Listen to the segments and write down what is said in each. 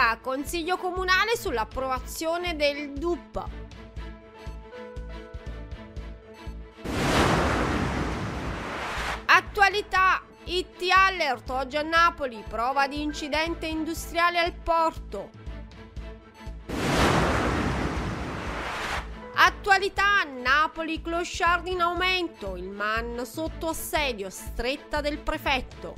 politica, Consiglio Comunale sull'approvazione del DUP. Attualità, IT alert oggi a Napoli, prova di incidente industriale al porto. Attualità, Napoli clochard in aumento, il MAN sotto assedio, stretta del prefetto.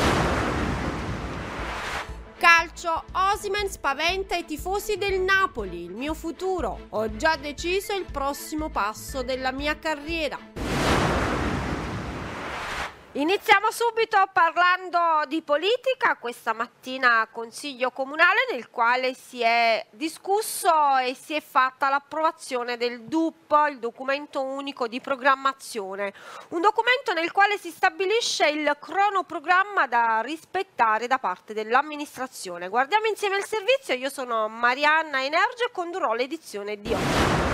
Calcio, Osimhen spaventa i tifosi del Napoli, il mio futuro, ho già deciso il prossimo passo della mia carriera. Iniziamo subito parlando di politica. Questa mattina Consiglio Comunale nel quale si è discusso e si è fatta l'approvazione del DUP, il documento unico di programmazione, un documento nel quale si stabilisce il cronoprogramma da rispettare da parte dell'amministrazione. Guardiamo insieme il servizio, io sono Marianna Energio e condurrò l'edizione di oggi.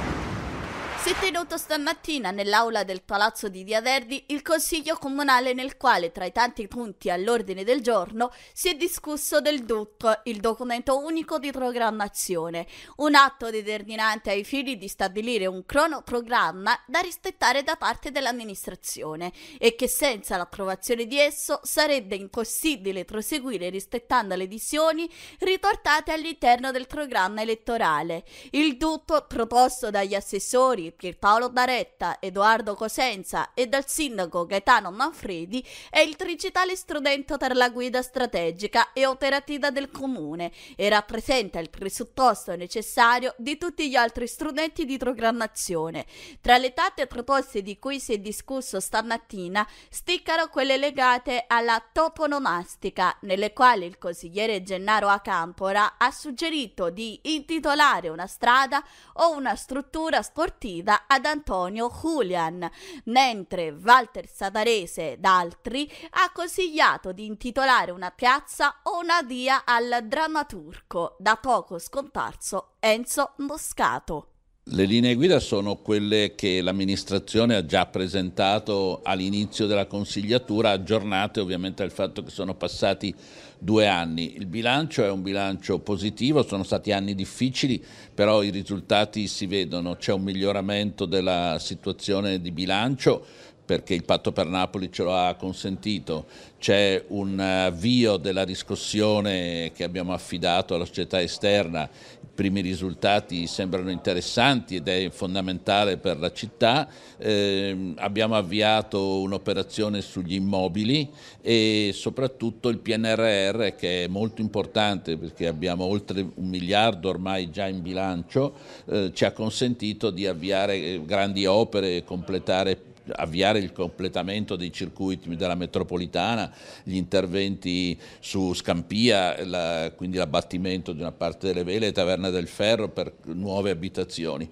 Si è tenuto stamattina nell'aula del Palazzo di Via Verdi il Consiglio Comunale nel quale, tra i tanti punti all'ordine del giorno, si è discusso del DUP, il documento unico di programmazione, un atto determinante ai fini di stabilire un cronoprogramma da rispettare da parte dell'amministrazione e che senza l'approvazione di esso sarebbe impossibile proseguire rispettando le visioni riportate all'interno del programma elettorale. Il DUP, proposto dagli assessori Pierpaolo Baretta, Edoardo Cosenza e dal sindaco Gaetano Manfredi, è il principale strumento per la guida strategica e operativa del comune e rappresenta il presupposto necessario di tutti gli altri strumenti di programmazione. Tra le tante proposte di cui si è discusso stamattina spiccano quelle legate alla toponomastica, nelle quali il consigliere Gennaro Acampora ha suggerito di intitolare una strada o una struttura sportiva ad Antonio Julian, mentre Walter Savarese ed altri ha consigliato di intitolare una piazza o una via al drammaturgo da poco scomparso Enzo Moscato. Le linee guida sono quelle che l'amministrazione ha già presentato all'inizio della consigliatura, aggiornate ovviamente al fatto che sono passati 2 anni. Il bilancio è un bilancio positivo, sono stati anni difficili, però i risultati si vedono, c'è un miglioramento della situazione di bilancio perché il Patto per Napoli ce lo ha consentito, c'è un avvio della riscossione che abbiamo affidato alla società esterna, i primi risultati sembrano interessanti ed è fondamentale per la città, abbiamo avviato un'operazione sugli immobili e soprattutto il PNRR che è molto importante perché abbiamo oltre 1 miliardo ormai già in bilancio, ci ha consentito di avviare grandi opere e avviare il completamento dei circuiti della metropolitana, gli interventi su Scampia, quindi l'abbattimento di una parte delle vele e Taverna del Ferro per nuove abitazioni.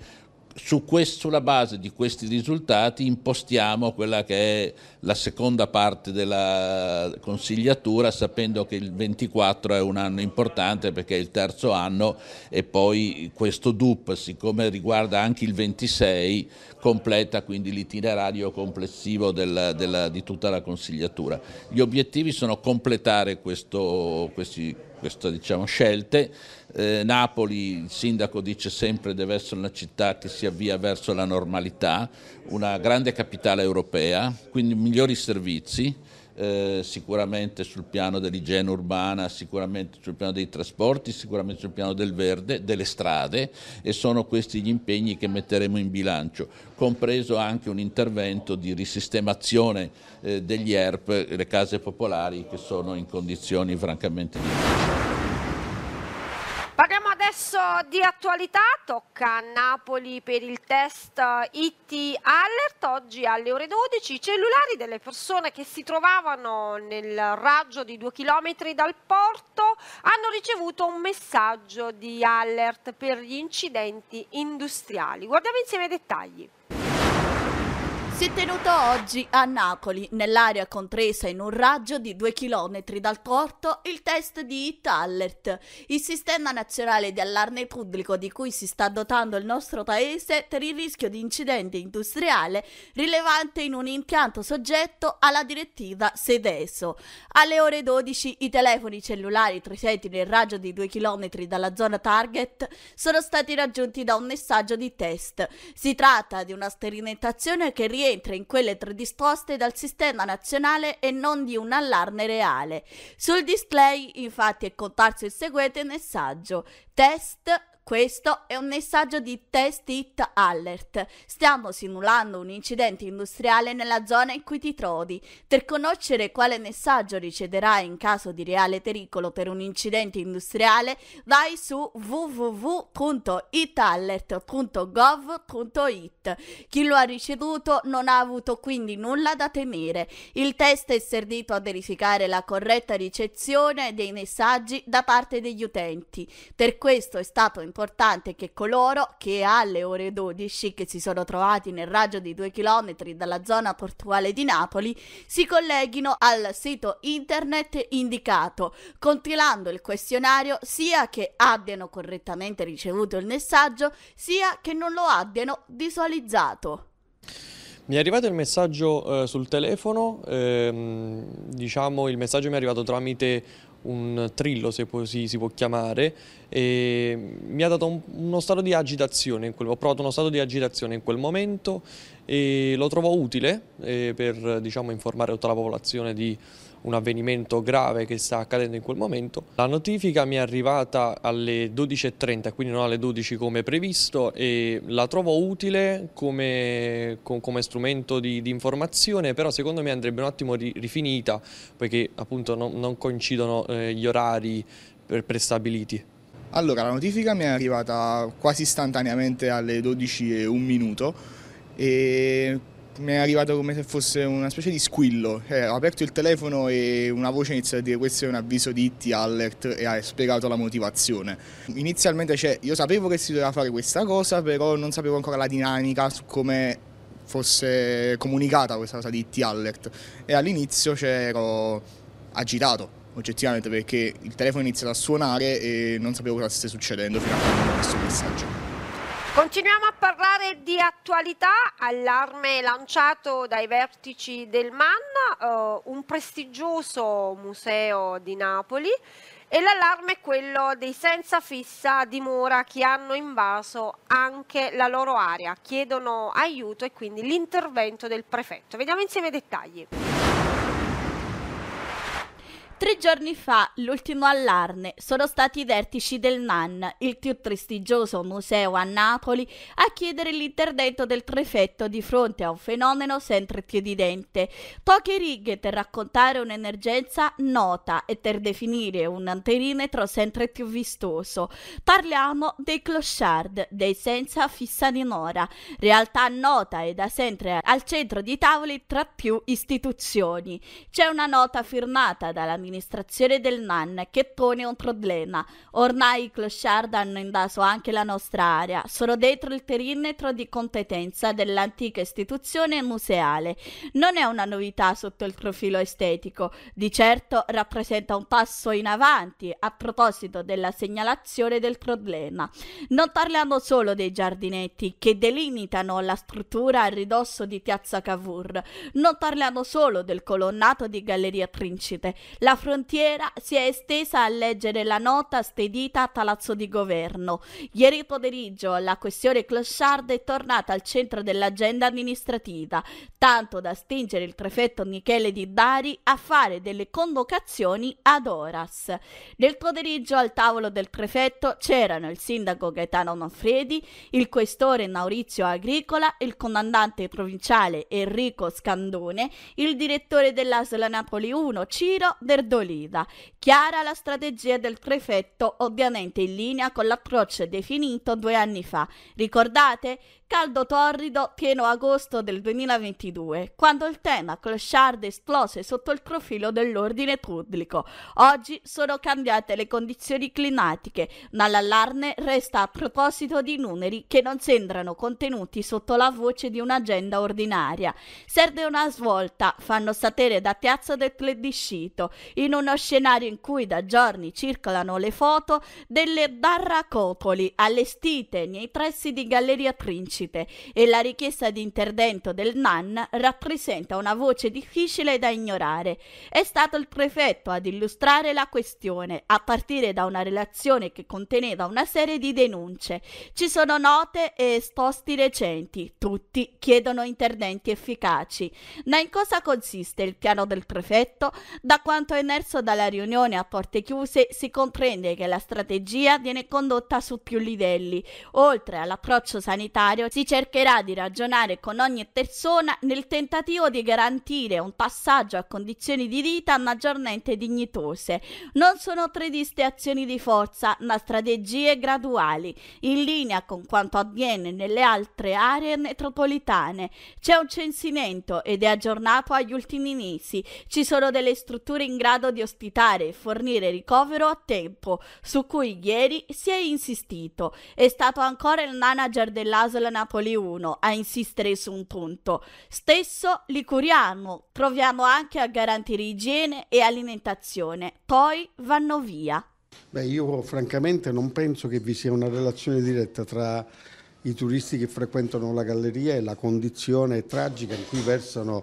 Sulla base di questi risultati impostiamo quella che è la seconda parte della consigliatura, sapendo che il 24 è un anno importante perché è il terzo anno e poi questo DUP, siccome riguarda anche il 26, completa quindi l'itinerario complessivo di tutta la consigliatura. Gli obiettivi sono completare queste scelte. Napoli, il sindaco dice sempre, deve essere una città che si avvia verso la normalità, una grande capitale europea, quindi migliori servizi, sicuramente sul piano dell'igiene urbana, sicuramente sul piano dei trasporti, sicuramente sul piano del verde, delle strade, e sono questi gli impegni che metteremo in bilancio, compreso anche un intervento di risistemazione degli ERP, le case popolari che sono in condizioni francamente difficili. Parliamo adesso di attualità, tocca a Napoli per il test IT Alert, oggi alle ore 12 i cellulari delle persone che si trovavano nel raggio di 2 chilometri dal porto hanno ricevuto un messaggio di alert per gli incidenti industriali. Guardiamo insieme i dettagli. Si è tenuto oggi a Napoli, nell'area compresa in un raggio di 2 chilometri dal porto, il test di Hit Alert, il sistema nazionale di allarme pubblico di cui si sta dotando il nostro paese per il rischio di incidente industriale rilevante in un impianto soggetto alla direttiva Seveso. Alle ore 12 i telefoni cellulari presenti nel raggio di 2 chilometri dalla zona target sono stati raggiunti da un messaggio di test. Si tratta di una sperimentazione che rientra in quelle predisposte dal sistema nazionale e non di un allarme reale. Sul display infatti è comparso il seguente messaggio: test. Questo è un messaggio di Test Hit Alert. Stiamo simulando un incidente industriale nella zona in cui ti trovi. Per conoscere quale messaggio riceverai in caso di reale pericolo per un incidente industriale, vai su www.hitalert.gov.it. Chi lo ha ricevuto non ha avuto quindi nulla da temere. Il test è servito a verificare la corretta ricezione dei messaggi da parte degli utenti. Per questo è stato importante che coloro che alle ore 12, che si sono trovati nel raggio di 2 chilometri dalla zona portuale di Napoli, si colleghino al sito internet indicato, compilando il questionario sia che abbiano correttamente ricevuto il messaggio, sia che non lo abbiano visualizzato. Mi è arrivato il messaggio sul telefono, diciamo il messaggio mi è arrivato tramite un trillo, se così si può chiamare, e mi ha dato uno stato di agitazione, ho provato uno stato di agitazione in quel momento e lo trovo utile per, diciamo, informare tutta la popolazione di un avvenimento grave che sta accadendo in quel momento. La notifica mi è arrivata alle 12:30, quindi non alle 12 come previsto, e la trovo utile come strumento di informazione, però secondo me andrebbe un attimo rifinita, perché appunto non coincidono gli orari prestabiliti. Allora, la notifica mi è arrivata quasi istantaneamente alle 12:01 e mi è arrivato come se fosse una specie di squillo. Ho aperto il telefono e una voce inizia a dire: questo è un avviso di Hit Alert, e ha spiegato la motivazione. Inizialmente io sapevo che si doveva fare questa cosa, però non sapevo ancora la dinamica su come fosse comunicata questa cosa di Hit Alert, e all'inizio ero agitato oggettivamente perché il telefono è iniziato a suonare e non sapevo cosa stesse succedendo fino a quando ho questo messaggio. Continuiamo a parlare di attualità. Allarme lanciato dai vertici del MAN, un prestigioso museo di Napoli, e l'allarme è quello dei senza fissa dimora che hanno invaso anche la loro area. Chiedono aiuto e quindi l'intervento del prefetto. Vediamo insieme i dettagli. 3 giorni fa, l'ultimo allarme, sono stati i vertici del MAN, il più prestigioso museo a Napoli, a chiedere l'intervento del prefetto di fronte a un fenomeno sempre più evidente. Poche righe per raccontare un'emergenza nota e per definire un perimetro sempre più vistoso. Parliamo dei clochard, dei senza fissa dimora, realtà nota e da sempre al centro di tavoli tra più istituzioni. C'è una nota firmata dalla amministrazione del MAN che pone un problema. Ormai i clochard hanno invaso anche la nostra area, sono dentro il perimetro di competenza dell'antica istituzione museale. Non è una novità sotto il profilo estetico, di certo rappresenta un passo in avanti a proposito della segnalazione del problema. Non parliamo solo dei giardinetti che delimitano la struttura a ridosso di Piazza Cavour, non parliamo solo del colonnato di Galleria Principe. La frontiera si è estesa a leggere la nota spedita a Palazzo di Governo. Ieri pomeriggio la questione clochard è tornata al centro dell'agenda amministrativa, tanto da spingere il prefetto Michele Di Bari a fare delle convocazioni ad horas. Nel pomeriggio al tavolo del prefetto c'erano il sindaco Gaetano Manfredi, il questore Maurizio Agricola, il comandante provinciale Enrico Scandone, il direttore dell'ASL Napoli 1 Ciro Verdone freddolita. Chiara la strategia del prefetto, ovviamente in linea con l'approccio definito 2 anni fa. Ricordate? Caldo torrido, pieno agosto del 2022, quando il tema clochard esplose sotto il profilo dell'ordine pubblico. Oggi sono cambiate le condizioni climatiche, ma l'allarme resta a proposito di numeri che non sembrano contenuti sotto la voce di un'agenda ordinaria. Serve una svolta, fanno sapere da Piazza del Plebiscito, in uno scenario in cui da giorni circolano le foto delle barracopoli allestite nei pressi di Galleria Principe, e la richiesta di intervento del NAN rappresenta una voce difficile da ignorare. È stato il prefetto ad illustrare la questione, a partire da una relazione che conteneva una serie di denunce. Ci sono note e esposti recenti, tutti chiedono interventi efficaci. Ma in cosa consiste il piano del prefetto? Da quanto emerso dalla riunione a porte chiuse si comprende che la strategia viene condotta su più livelli. Oltre all'approccio sanitario si cercherà di ragionare con ogni persona nel tentativo di garantire un passaggio a condizioni di vita maggiormente dignitose. Non sono previste azioni di forza, ma strategie graduali, in linea con quanto avviene nelle altre aree metropolitane. C'è un censimento ed è aggiornato agli ultimi mesi. Ci sono delle strutture in grado di ospitare e fornire ricovero a tempo, su cui ieri si è insistito. È stato ancora il manager dell'ASL Napoli 1 a insistere su un punto. Stesso Licuriano, proviamo anche a garantire igiene e alimentazione, poi vanno via. Io francamente non penso che vi sia una relazione diretta tra i turisti che frequentano la galleria e la condizione tragica in cui versano,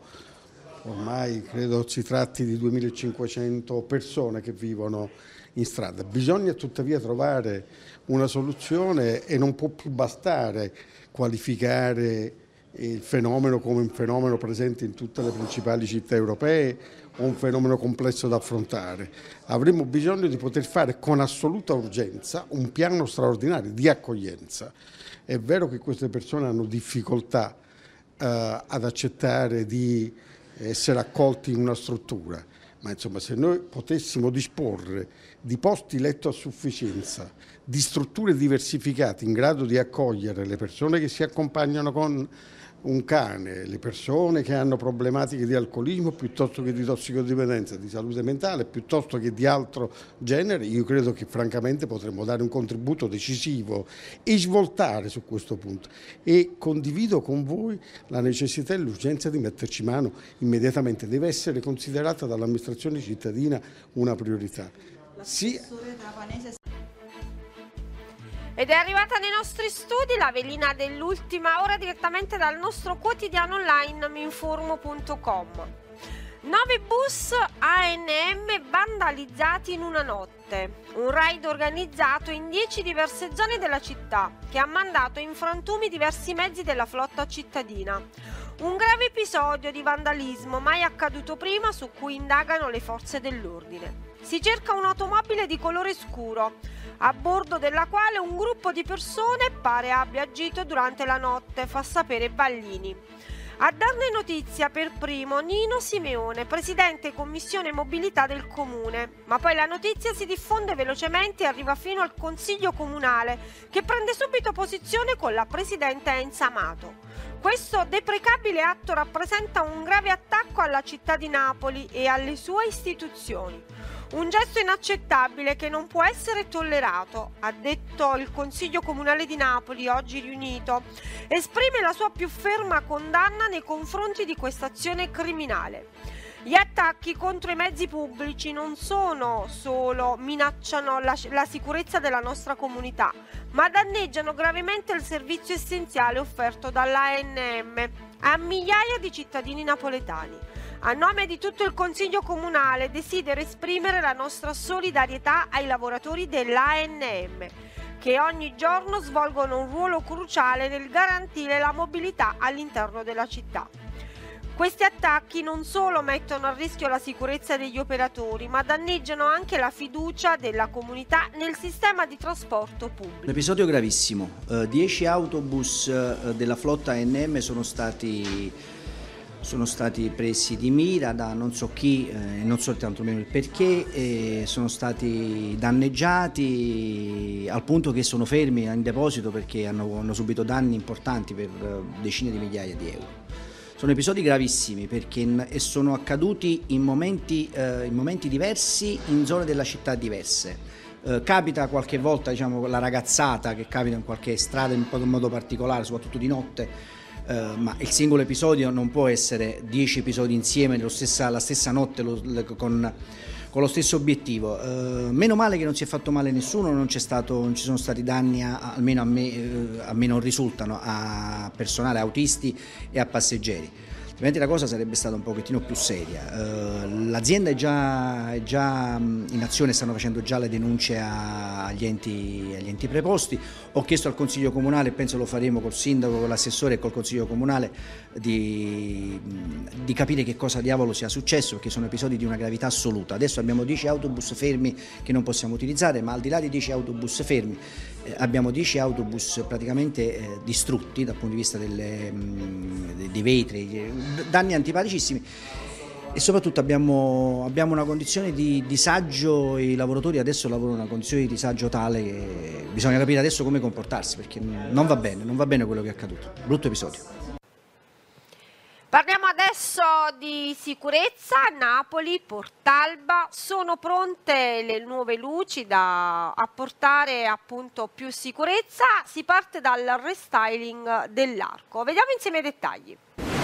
ormai credo si tratti di 2500 persone che vivono in strada. Bisogna tuttavia trovare una soluzione e non può più bastare qualificare il fenomeno come un fenomeno presente in tutte le principali città europee o un fenomeno complesso da affrontare. Avremo bisogno di poter fare con assoluta urgenza un piano straordinario di accoglienza. È vero che queste persone hanno difficoltà ad accettare di essere accolti in una struttura, ma insomma se noi potessimo disporre di posti letto a sufficienza, di strutture diversificate in grado di accogliere le persone che si accompagnano con un cane, le persone che hanno problematiche di alcolismo piuttosto che di tossicodipendenza, di salute mentale piuttosto che di altro genere, io credo che francamente potremmo dare un contributo decisivo e svoltare su questo punto. E condivido con voi la necessità e l'urgenza di metterci mano immediatamente. Deve essere considerata dall'amministrazione cittadina una priorità. Ed è arrivata nei nostri studi la velina dell'ultima ora direttamente dal nostro quotidiano online minformo.com. 9 bus ANM vandalizzati in una notte. Un raid organizzato in 10 diverse zone della città che ha mandato in frantumi diversi mezzi della flotta cittadina. Un grave episodio di vandalismo mai accaduto prima su cui indagano le forze dell'ordine. Si cerca un'automobile di colore scuro, a bordo della quale un gruppo di persone pare abbia agito durante la notte, fa sapere Ballini. A darne notizia per primo Nino Simeone, presidente commissione mobilità del comune, ma poi la notizia si diffonde velocemente e arriva fino al consiglio comunale, che prende subito posizione con la presidente Enza Amato. Questo deprecabile atto rappresenta un grave attacco alla città di Napoli e alle sue istituzioni. Un gesto inaccettabile che non può essere tollerato, ha detto il Consiglio Comunale di Napoli, oggi riunito. Esprime la sua più ferma condanna nei confronti di questa azione criminale. Gli attacchi contro i mezzi pubblici non solo minacciano la sicurezza della nostra comunità, ma danneggiano gravemente il servizio essenziale offerto dall'ANM a migliaia di cittadini napoletani. A nome di tutto il Consiglio Comunale desidero esprimere la nostra solidarietà ai lavoratori dell'ANM, che ogni giorno svolgono un ruolo cruciale nel garantire la mobilità all'interno della città. Questi attacchi non solo mettono a rischio la sicurezza degli operatori, ma danneggiano anche la fiducia della comunità nel sistema di trasporto pubblico. Un episodio gravissimo. 10 autobus della flotta ANM sono stati sono stati presi di mira da non so chi, non so tanto meno il perché, sono stati danneggiati al punto che sono fermi in deposito perché hanno subito danni importanti per decine di migliaia di euro. Sono episodi gravissimi perché sono accaduti in momenti diversi, in zone della città diverse. Capita qualche volta, diciamo, la ragazzata che capita in qualche strada in modo particolare, soprattutto di notte, ma il singolo episodio non può essere 10 episodi insieme la stessa notte con lo stesso obiettivo. Meno male che non si è fatto male nessuno, non ci sono stati danni, almeno a me non risultano, a personale, autisti e a passeggeri. Altrimenti la cosa sarebbe stata un pochettino più seria. L'azienda è già in azione, stanno facendo già le denunce agli enti preposti. Ho chiesto al Consiglio Comunale, penso lo faremo col Sindaco, con l'Assessore e col Consiglio Comunale, di capire che cosa diavolo sia successo, perché sono episodi di una gravità assoluta. Adesso abbiamo 10 autobus fermi che non possiamo utilizzare, ma al di là di 10 autobus fermi abbiamo 10 autobus praticamente distrutti dal punto di vista dei vetri, danni antipaticissimi, e soprattutto abbiamo una condizione di disagio. I lavoratori adesso lavorano in una condizione di disagio tale che bisogna capire adesso come comportarsi, perché non va bene quello che è accaduto. Brutto episodio. Parliamo adesso di sicurezza. Napoli, Portalba, sono pronte le nuove luci da apportare appunto più sicurezza. Si parte dal restyling dell'arco. Vediamo insieme i dettagli.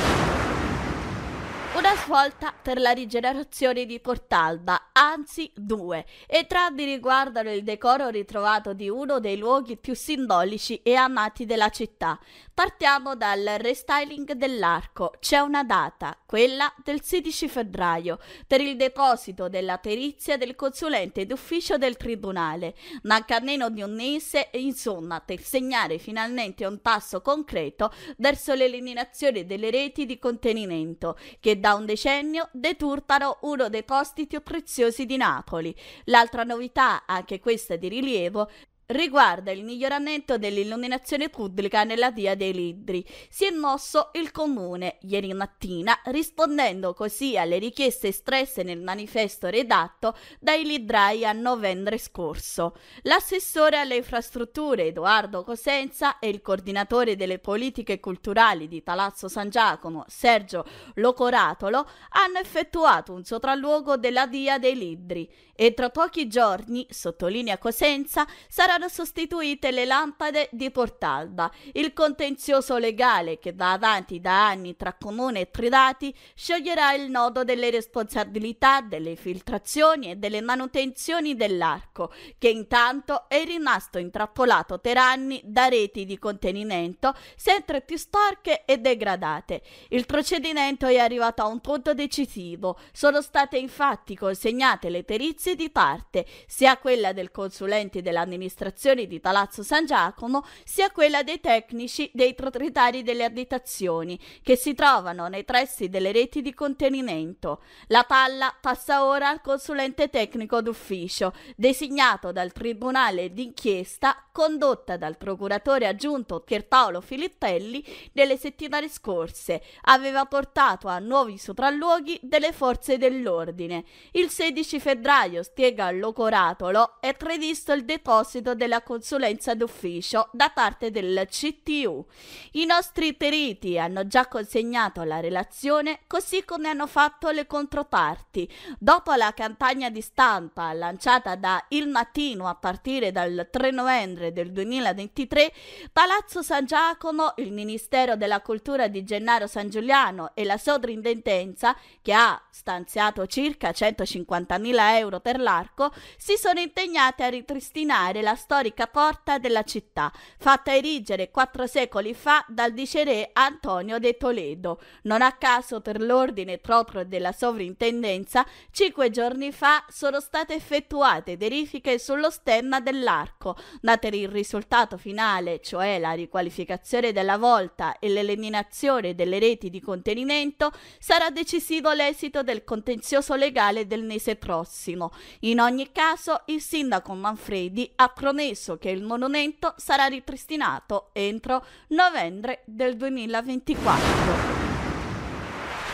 Una svolta per la rigenerazione di Portalba, anzi 2. Entrambi riguardano il decoro ritrovato di uno dei luoghi più simbolici e amati della città. Partiamo dal restyling dell'arco. C'è una data, quella del 16 febbraio, per il deposito della perizia del consulente d'ufficio del Tribunale. Manca meno di un mese, insomma, per segnare finalmente un passo concreto verso l'eliminazione delle reti di contenimento, che da un decennio deturpano uno dei posti più preziosi di Napoli. L'altra novità, anche questa di rilievo, riguarda il miglioramento dell'illuminazione pubblica nella Via dei Libri. Si è mosso il Comune ieri mattina, rispondendo così alle richieste espresse nel manifesto redatto dai librai a novembre scorso. L'assessore alle infrastrutture Edoardo Cosenza e il coordinatore delle politiche culturali di Palazzo San Giacomo Sergio Locoratolo hanno effettuato un sopralluogo della Via dei Libri. Entro pochi giorni, sottolinea Cosenza, saranno sostituite le lampade di Portalba. Il contenzioso legale che va avanti da anni tra comune e privati scioglierà il nodo delle responsabilità, delle filtrazioni e delle manutenzioni dell'arco, che intanto è rimasto intrappolato per anni da reti di contenimento sempre più sporche e degradate. Il procedimento è arrivato a un punto decisivo. Sono state infatti consegnate le perizie di parte, sia quella del consulente dell'amministrazione di Palazzo San Giacomo, sia quella dei tecnici dei proprietari delle abitazioni che si trovano nei pressi delle reti di contenimento. La palla passa ora al consulente tecnico d'ufficio, designato dal Tribunale d'inchiesta, condotta dal procuratore aggiunto Pierpaolo Filippelli nelle settimane scorse. Aveva portato a nuovi sopralluoghi delle forze dell'ordine. Il 16 febbraio, spiega Locoratolo, è previsto il deposito della consulenza d'ufficio da parte del CTU. I nostri periti hanno già consegnato la relazione, così come hanno fatto le controparti. Dopo la campagna di stampa lanciata da Il Mattino a partire dal 3 novembre del 2023, Palazzo San Giacomo, il Ministero della Cultura di Gennaro San Giuliano e la Sovrintendenza, che ha stanziato circa 150.000 euro per l'arco, si sono impegnate a ripristinare la storica porta della città, fatta erigere 4 secoli fa dal viceré Antonio de Toledo. Non a caso, per l'ordine proprio della Sovrintendenza, 5 giorni fa sono state effettuate verifiche sullo stemma dell'arco, ma per il risultato finale, cioè la riqualificazione della volta e l'eliminazione delle reti di contenimento, sarà decisivo l'esito del contenzioso legale del mese prossimo. In ogni caso, il sindaco Manfredi ha promesso che il monumento sarà ripristinato entro novembre del 2024.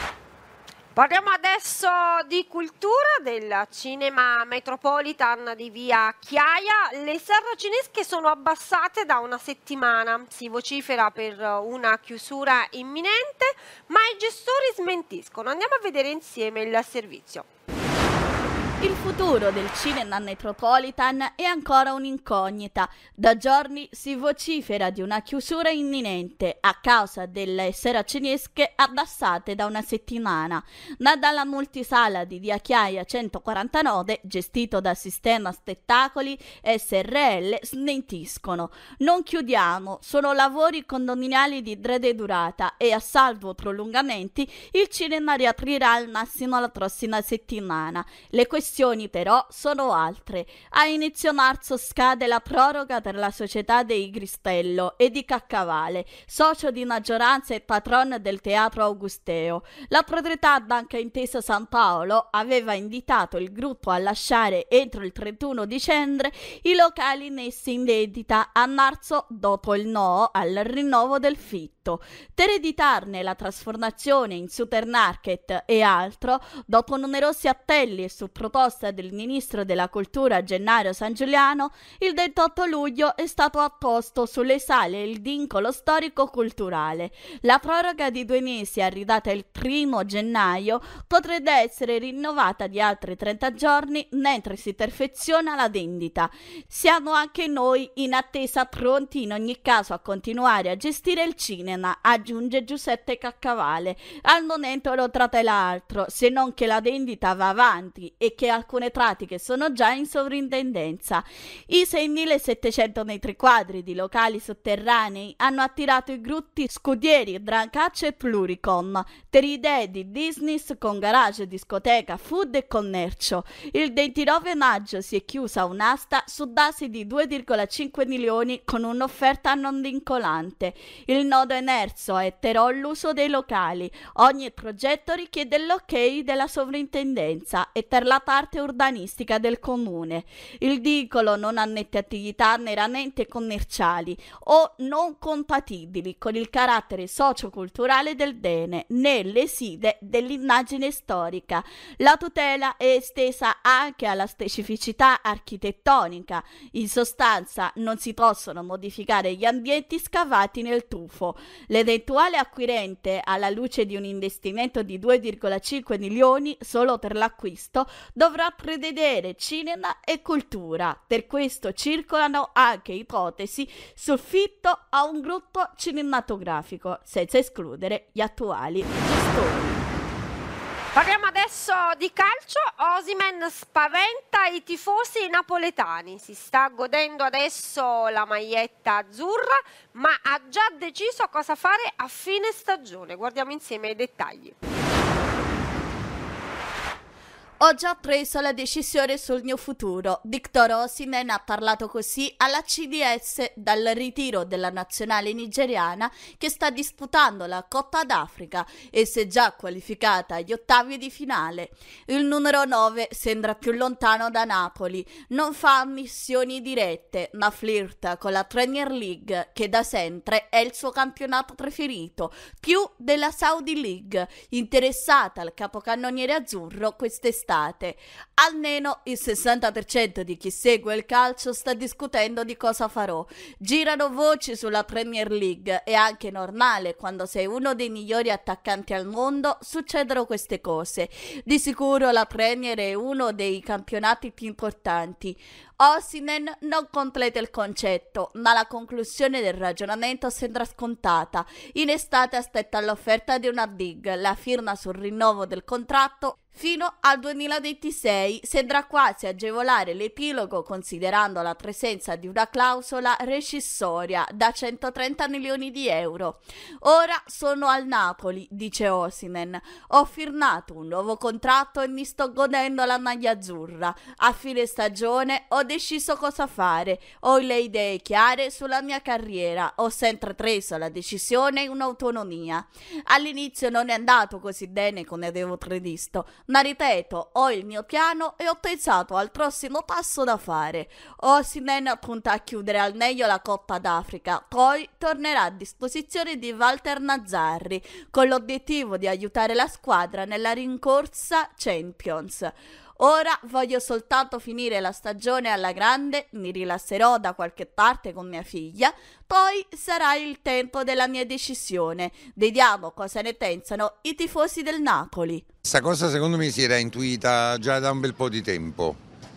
Parliamo adesso di cultura, del cinema Metropolitan di via Chiaia. Le saracinesche sono abbassate da una settimana, si vocifera per una chiusura imminente, ma i gestori smentiscono. Andiamo a vedere insieme il servizio. Il futuro del cinema Metropolitan è ancora un'incognita. Da giorni si vocifera di una chiusura imminente a causa delle saracinesche abbassate da una settimana. Ma dalla multisala di via Chiaia 149, gestito da Sistema Spettacoli SRL, smentiscono. Non chiudiamo, sono lavori condominiali di breve durata e a salvo prolungamenti il cinema riaprirà al massimo la prossima settimana. Le questioni però sono altre. A inizio marzo scade la proroga per la società dei Gristello e di Caccavale, socio di maggioranza e patron del Teatro Augusteo. La proprietà Banca Intesa San Paolo aveva invitato il gruppo a lasciare entro il 31 dicembre i locali messi in vendita a marzo dopo il no al rinnovo del fitto. Per evitarne la trasformazione in supermarket e altro, dopo numerosi appelli e su proposta del ministro della cultura Gennaro San Giuliano, il 28 luglio è stato apposto sulle sale il vincolo storico-culturale. La proroga di 2 mesi arrivata il 1 gennaio potrebbe essere rinnovata di altri 30 giorni mentre si perfeziona la vendita. Siamo anche noi in attesa, pronti in ogni caso a continuare a gestire il cinema, aggiunge Giuseppe Caccavale. Al momento non tratela altro, se non che la vendita va avanti e che alcune pratiche sono già in sovrintendenza. I 6.700 metri quadri di locali sotterranei hanno attirato i gruppi Scudieri, Brancaccio e Pluricom per idee di business con garage, discoteca, food e commercio. Il 29 maggio si è chiusa un'asta su base di 2,5 milioni con un'offerta non vincolante. Il nodo emerso è però l'uso dei locali. Ogni progetto richiede l'ok della sovrintendenza e per la parte urbanistica del comune. Il vincolo non ammette attività meramente commerciali o non compatibili con il carattere socioculturale del bene né lesive dell'immagine storica. La tutela è estesa anche alla specificità architettonica. In sostanza non si possono modificare gli ambienti scavati nel tufo. L'eventuale acquirente, alla luce di un investimento di 2,5 milioni solo per l'acquisto, dovrà prevedere cinema e cultura. Per questo circolano anche ipotesi sul fitto a un gruppo cinematografico, senza escludere gli attuali gestori. Parliamo adesso di calcio. Osimhen spaventa i tifosi napoletani. Si sta godendo adesso la maglietta azzurra, ma ha già deciso cosa fare a fine stagione. Guardiamo insieme i dettagli. Ho già preso la decisione sul mio futuro. Victor Osimhen ha parlato così alla CDS dal ritiro della nazionale nigeriana che sta disputando la Coppa d'Africa e si è già qualificata agli ottavi di finale. Il numero 9 sembra più lontano da Napoli, non fa missioni dirette, ma flirta con la Premier League, che da sempre è il suo campionato preferito, più della Saudi League, interessata al capocannoniere azzurro quest'estate. Almeno il 60% di chi segue il calcio sta discutendo di cosa farò. Girano voci sulla Premier League, è anche normale, quando sei uno dei migliori attaccanti al mondo succedono queste cose. Di sicuro la Premier è uno dei campionati più importanti. Osimhen non completa il concetto, ma la conclusione del ragionamento sembra scontata. In estate aspetta l'offerta di una big, la firma sul rinnovo del contratto fino al 2026. Sembra quasi agevolare l'epilogo considerando la presenza di una clausola rescissoria da 130 milioni di euro. Ora sono al Napoli, dice Osimhen. Ho firmato un nuovo contratto e mi sto godendo la maglia azzurra. A fine stagione ho deciso cosa fare. Ho le idee chiare sulla mia carriera. Ho sempre preso la decisione in autonomia. All'inizio non è andato così bene come avevo previsto, Ma ripeto, ho il mio piano e ho pensato al prossimo passo da fare. Osimhen punta a chiudere al meglio la Coppa d'Africa, poi tornerà a disposizione di Walter Nazzarri con l'obiettivo di aiutare la squadra nella rincorsa Champions. Ora voglio soltanto finire la stagione alla grande, mi rilasserò da qualche parte con mia figlia, poi sarà il tempo della mia decisione. Vediamo cosa ne pensano i tifosi del Napoli. Questa cosa secondo me si era intuita già da un bel po' di tempo.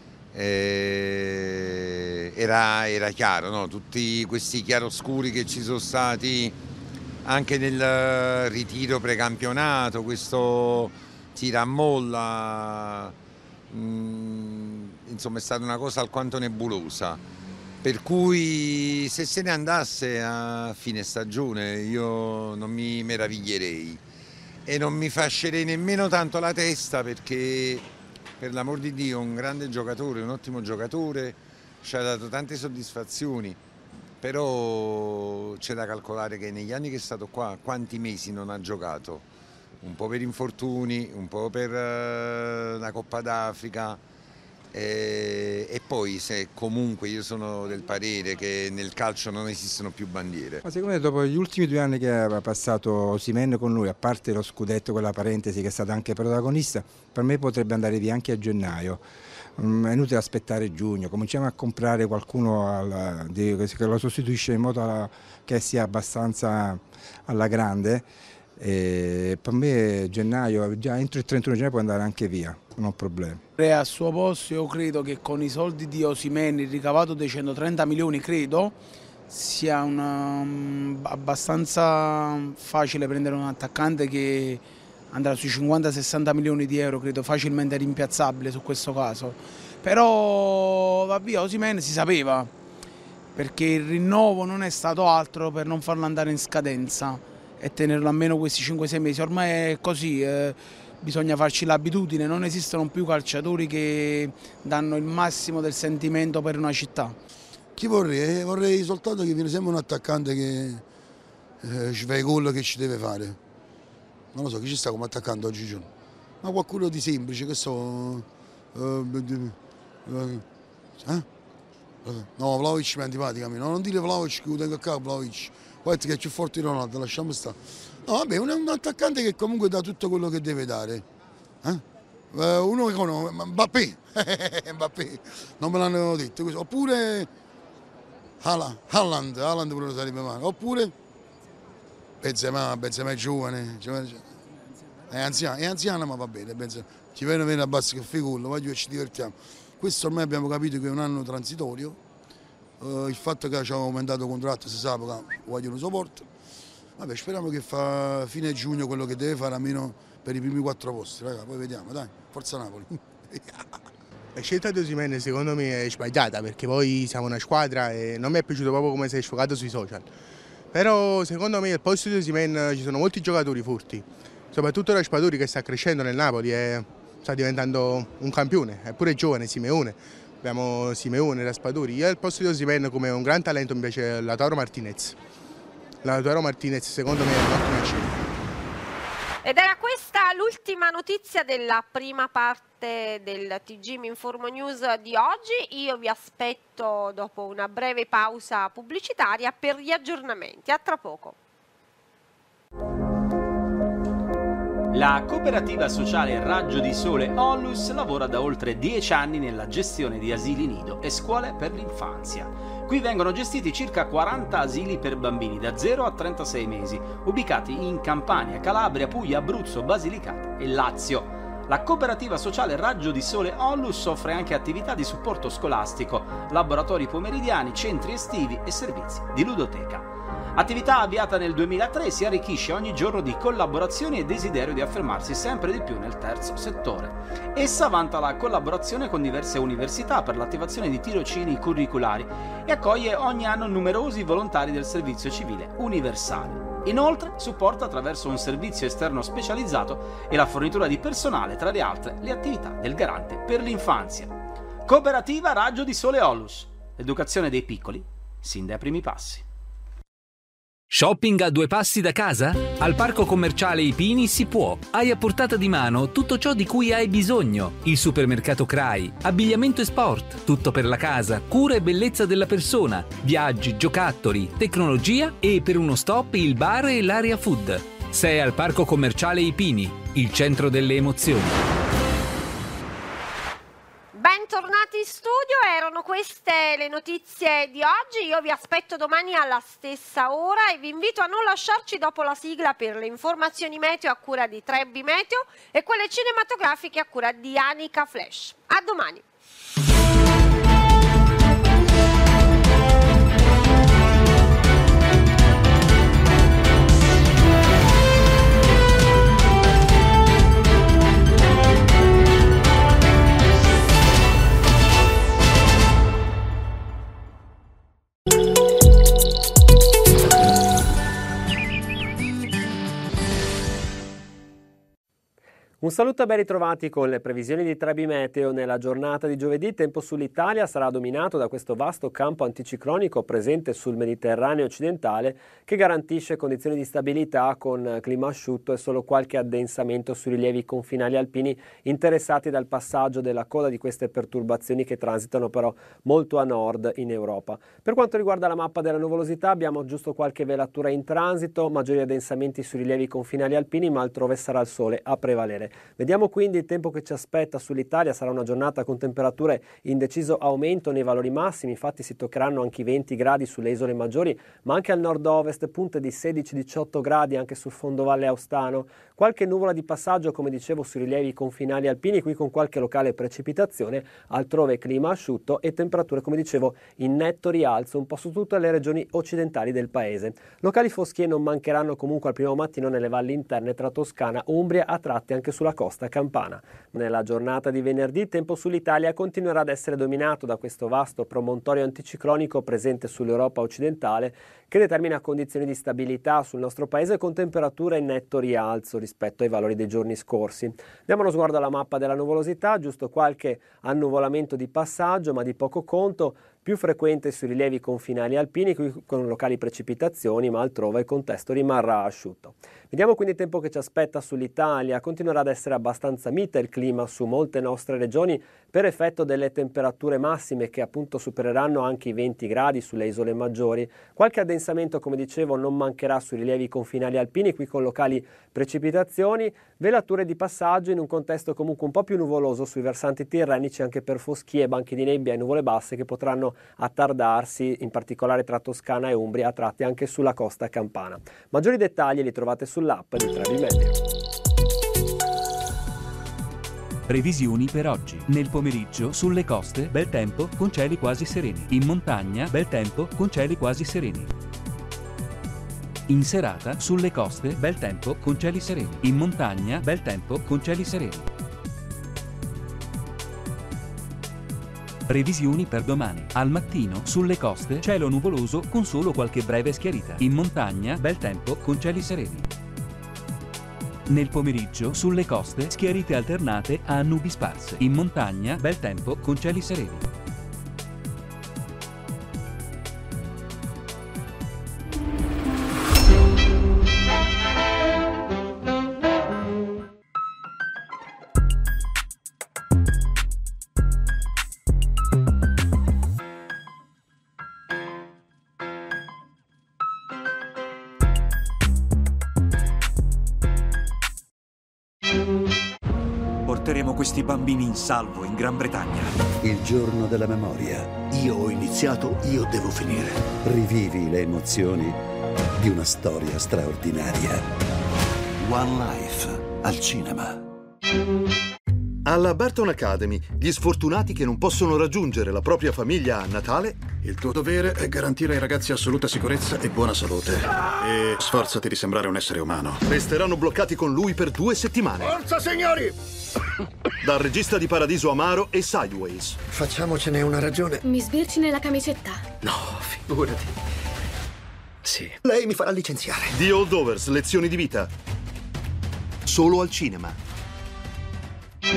Era chiaro, no? Tutti questi chiaroscuri che ci sono stati anche nel ritiro precampionato, questo tira a molla. Insomma è stata una cosa alquanto nebulosa, per cui se se ne andasse a fine stagione io non mi meraviglierei e non mi fascerei nemmeno tanto la testa, perché per l'amor di Dio un grande giocatore, un ottimo giocatore, ci ha dato tante soddisfazioni, però c'è da calcolare che negli anni che è stato qua quanti mesi non ha giocato. Un po' per infortuni, un po' per la Coppa d'Africa e poi se comunque io sono del parere che nel calcio non esistono più bandiere. Ma secondo me dopo gli ultimi 2 anni che aveva passato Osimhen con lui, a parte lo scudetto, quella parentesi che è stato anche protagonista, per me potrebbe andare via anche a gennaio. È inutile aspettare giugno, cominciamo a comprare qualcuno che lo sostituisce in modo che sia abbastanza alla grande. E per me gennaio, già entro il 31 gennaio può andare anche via, non ho problemi. Al suo posto io credo che con i soldi di Osimhen, il ricavato dei 130 milioni, credo sia abbastanza facile prendere un attaccante che andrà sui 50-60 milioni di euro, credo facilmente rimpiazzabile su questo caso. Però va via Osimhen, si sapeva, perché il rinnovo non è stato altro per non farlo andare in scadenza e tenerlo almeno questi 5-6 mesi. Ormai è così, bisogna farci l'abitudine, non esistono più calciatori che danno il massimo del sentimento per una città. Chi vorrei? Vorrei soltanto che viene sempre un attaccante che ci fa i gol che ci deve fare. Non lo so, chi ci sta come attaccante oggigiorno? Ma qualcuno di semplice, che so... No, Vlahovic mi è antipatico a me, no, non dire Vlahovic che lo tengo a capo, Vlahovic. Guarda che è più forte di Ronaldo, lasciamo stare. No, vabbè, un attaccante che comunque dà tutto quello che deve dare. Uno che conosce, Mbappé, Mbappé, non me l'hanno detto. Oppure Haaland pure lo sarebbe male. Oppure Benzema è giovane, è anziano ma va bene, Benzema. Ci viene a bassi che figurlo, voglio che ci divertiamo. Questo ormai abbiamo capito che è un anno transitorio. Il fatto che ci hanno aumentato il contratto si sa che vogliono supporto. Vabbè, speriamo che fa fine giugno quello che deve fare, almeno per i primi 4 posti, raga, poi vediamo, dai, forza Napoli. La scelta di Osimhen secondo me è sbagliata, perché poi siamo una squadra e non mi è piaciuto proprio come si è sfocato sui social. Però secondo me al posto di Osimhen ci sono molti giocatori forti, soprattutto Raspadori che sta crescendo nel Napoli e sta diventando un campione, è pure giovane Simeone. Abbiamo Simeone, Raspadori. Io al posto di Osimhen come un gran talento mi piace Lautaro Martinez. Lautaro Martinez secondo me è un'ottima scelta. Ed era questa l'ultima notizia della prima parte del TG Mi Informo News di oggi. Io vi aspetto dopo una breve pausa pubblicitaria per gli aggiornamenti. A tra poco. La cooperativa sociale Raggio di Sole Onlus lavora da oltre 10 anni nella gestione di asili nido e scuole per l'infanzia. Qui vengono gestiti circa 40 asili per bambini da 0 a 36 mesi, ubicati in Campania, Calabria, Puglia, Abruzzo, Basilicata e Lazio. La cooperativa sociale Raggio di Sole Onlus offre anche attività di supporto scolastico, laboratori pomeridiani, centri estivi e servizi di ludoteca. Attività avviata nel 2003, si arricchisce ogni giorno di collaborazioni e desiderio di affermarsi sempre di più nel terzo settore. Essa vanta la collaborazione con diverse università per l'attivazione di tirocini curriculari e accoglie ogni anno numerosi volontari del servizio civile universale. Inoltre supporta attraverso un servizio esterno specializzato e la fornitura di personale, tra le altre, le attività del Garante per l'infanzia. Cooperativa Raggio di Sole Onlus. L'educazione dei piccoli sin dai primi passi. Shopping a 2 passi da casa? Al Parco Commerciale I Pini si può. Hai a portata di mano tutto ciò di cui hai bisogno. Il supermercato CRAI, abbigliamento e sport, tutto per la casa, cura e bellezza della persona, viaggi, giocattoli, tecnologia e per uno stop il bar e l'area food. Sei al Parco Commerciale I Pini, il centro delle emozioni. Bentornati in studio, erano queste le notizie di oggi. Io vi aspetto domani alla stessa ora e vi invito a non lasciarci dopo la sigla per le informazioni meteo a cura di Trebbi Meteo e quelle cinematografiche a cura di Anica Flash. A domani! Un saluto e ben ritrovati con le previsioni di Trebbi Meteo. Nella giornata di giovedì il tempo sull'Italia sarà dominato da questo vasto campo anticiclonico presente sul Mediterraneo occidentale che garantisce condizioni di stabilità con clima asciutto e solo qualche addensamento sui rilievi confinali alpini interessati dal passaggio della coda di queste perturbazioni che transitano però molto a nord in Europa. Per quanto riguarda la mappa della nuvolosità abbiamo giusto qualche velatura in transito, maggiori addensamenti sui rilievi confinali alpini, ma altrove sarà il sole a prevalere. Vediamo quindi il tempo che ci aspetta sull'Italia. Sarà una giornata con temperature in deciso aumento nei valori massimi, infatti si toccheranno anche i 20 gradi sulle isole maggiori, ma anche al nord-ovest punte di 16-18 gradi anche sul fondovalle austano. Qualche nuvola di passaggio, come dicevo, sui rilievi confinali alpini, qui con qualche locale precipitazione, altrove clima asciutto e temperature, come dicevo, in netto rialzo un po' su tutte le regioni occidentali del paese. Locali foschie non mancheranno comunque al primo mattino nelle valli interne tra Toscana, Umbria, a tratti anche sulla costa campana. Nella giornata di venerdì il tempo sull'Italia continuerà ad essere dominato da questo vasto promontorio anticiclonico presente sull'Europa occidentale che determina condizioni di stabilità sul nostro paese con temperature in netto rialzo rispetto ai valori dei giorni scorsi. Diamo uno sguardo alla mappa della nuvolosità, giusto qualche annuvolamento di passaggio ma di poco conto, più frequente sui rilievi confinali alpini con locali precipitazioni, ma altrove il contesto rimarrà asciutto. Vediamo quindi il tempo che ci aspetta sull'Italia. Continuerà ad essere abbastanza mite il clima su molte nostre regioni per effetto delle temperature massime che appunto supereranno anche i 20 gradi sulle isole maggiori. Qualche addensamento, come dicevo, non mancherà sui rilievi confinali alpini, qui con locali precipitazioni, velature di passaggio in un contesto comunque un po' più nuvoloso sui versanti tirrenici anche per foschie, banchi di nebbia e nuvole basse che potranno attardarsi in particolare tra Toscana e Umbria, a tratti anche sulla costa campana. Maggiori dettagli li trovate sull'app di Trebbi Meteo. Previsioni per oggi. Nel pomeriggio sulle coste bel tempo con cieli quasi sereni. In montagna bel tempo con cieli quasi sereni. In serata sulle coste bel tempo con cieli sereni. In montagna bel tempo con cieli sereni. Previsioni per domani. Al mattino sulle coste cielo nuvoloso con solo qualche breve schiarita. In montagna bel tempo con cieli sereni. Nel pomeriggio sulle coste schiarite alternate a nubi sparse. In montagna bel tempo con cieli sereni. Porteremo questi bambini in salvo in Gran Bretagna. Il giorno della memoria. Io ho iniziato, io devo finire. Rivivi le emozioni di una storia straordinaria. One Life al cinema. Alla Barton Academy, gli sfortunati che non possono raggiungere la propria famiglia a Natale, il tuo dovere è garantire ai ragazzi assoluta sicurezza e buona salute. E sforzati di sembrare un essere umano. Resteranno bloccati con lui per 2 settimane. Forza, signori! Dal regista di Paradiso Amaro e Sideways. Facciamocene una ragione. Mi sbirci nella camicetta? No, figurati. Sì. Lei mi farà licenziare. The Holdovers, lezioni di vita. Solo al cinema.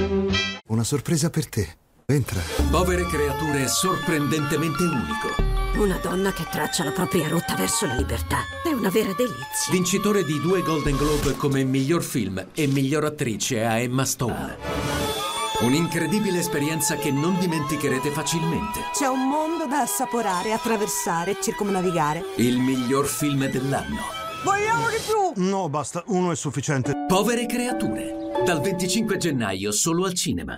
Una sorpresa per te. Entra. Povere creature è sorprendentemente unico. Una donna che traccia la propria rotta verso la libertà. È una vera delizia. Vincitore di 2 Golden Globe come miglior film e miglior attrice a Emma Stone. Un'incredibile esperienza che non dimenticherete facilmente. C'è un mondo da assaporare, attraversare, circumnavigare. Il miglior film dell'anno. Vogliamo di più! No, basta, uno è sufficiente. Povere creature. Dal 25 gennaio solo al cinema.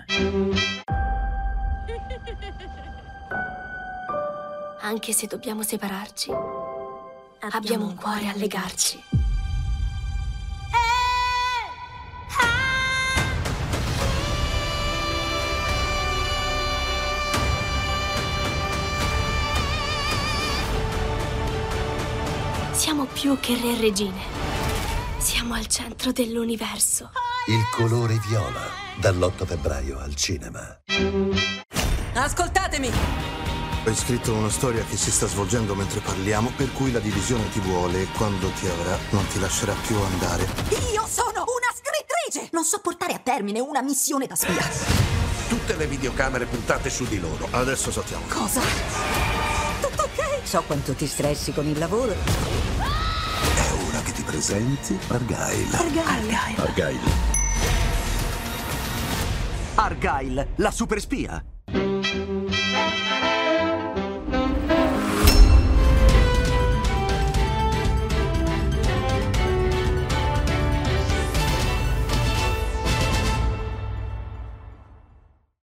Anche se dobbiamo separarci, abbiamo un cuore a legarci. Siamo più che re e regine. Siamo al centro dell'universo. Il colore viola, dall'8 febbraio al cinema. Ascoltatemi! Hai scritto una storia che si sta svolgendo mentre parliamo, per cui la divisione ti vuole e quando ti avrà non ti lascerà più andare. Io sono una scrittrice! Non so portare a termine una missione da spia. Tutte le videocamere puntate su di loro. Adesso saltiamo. Cosa? Tutto ok? So quanto ti stressi con il lavoro. È ora che ti presenti Argyle. Argyle. Argyle, la super spia.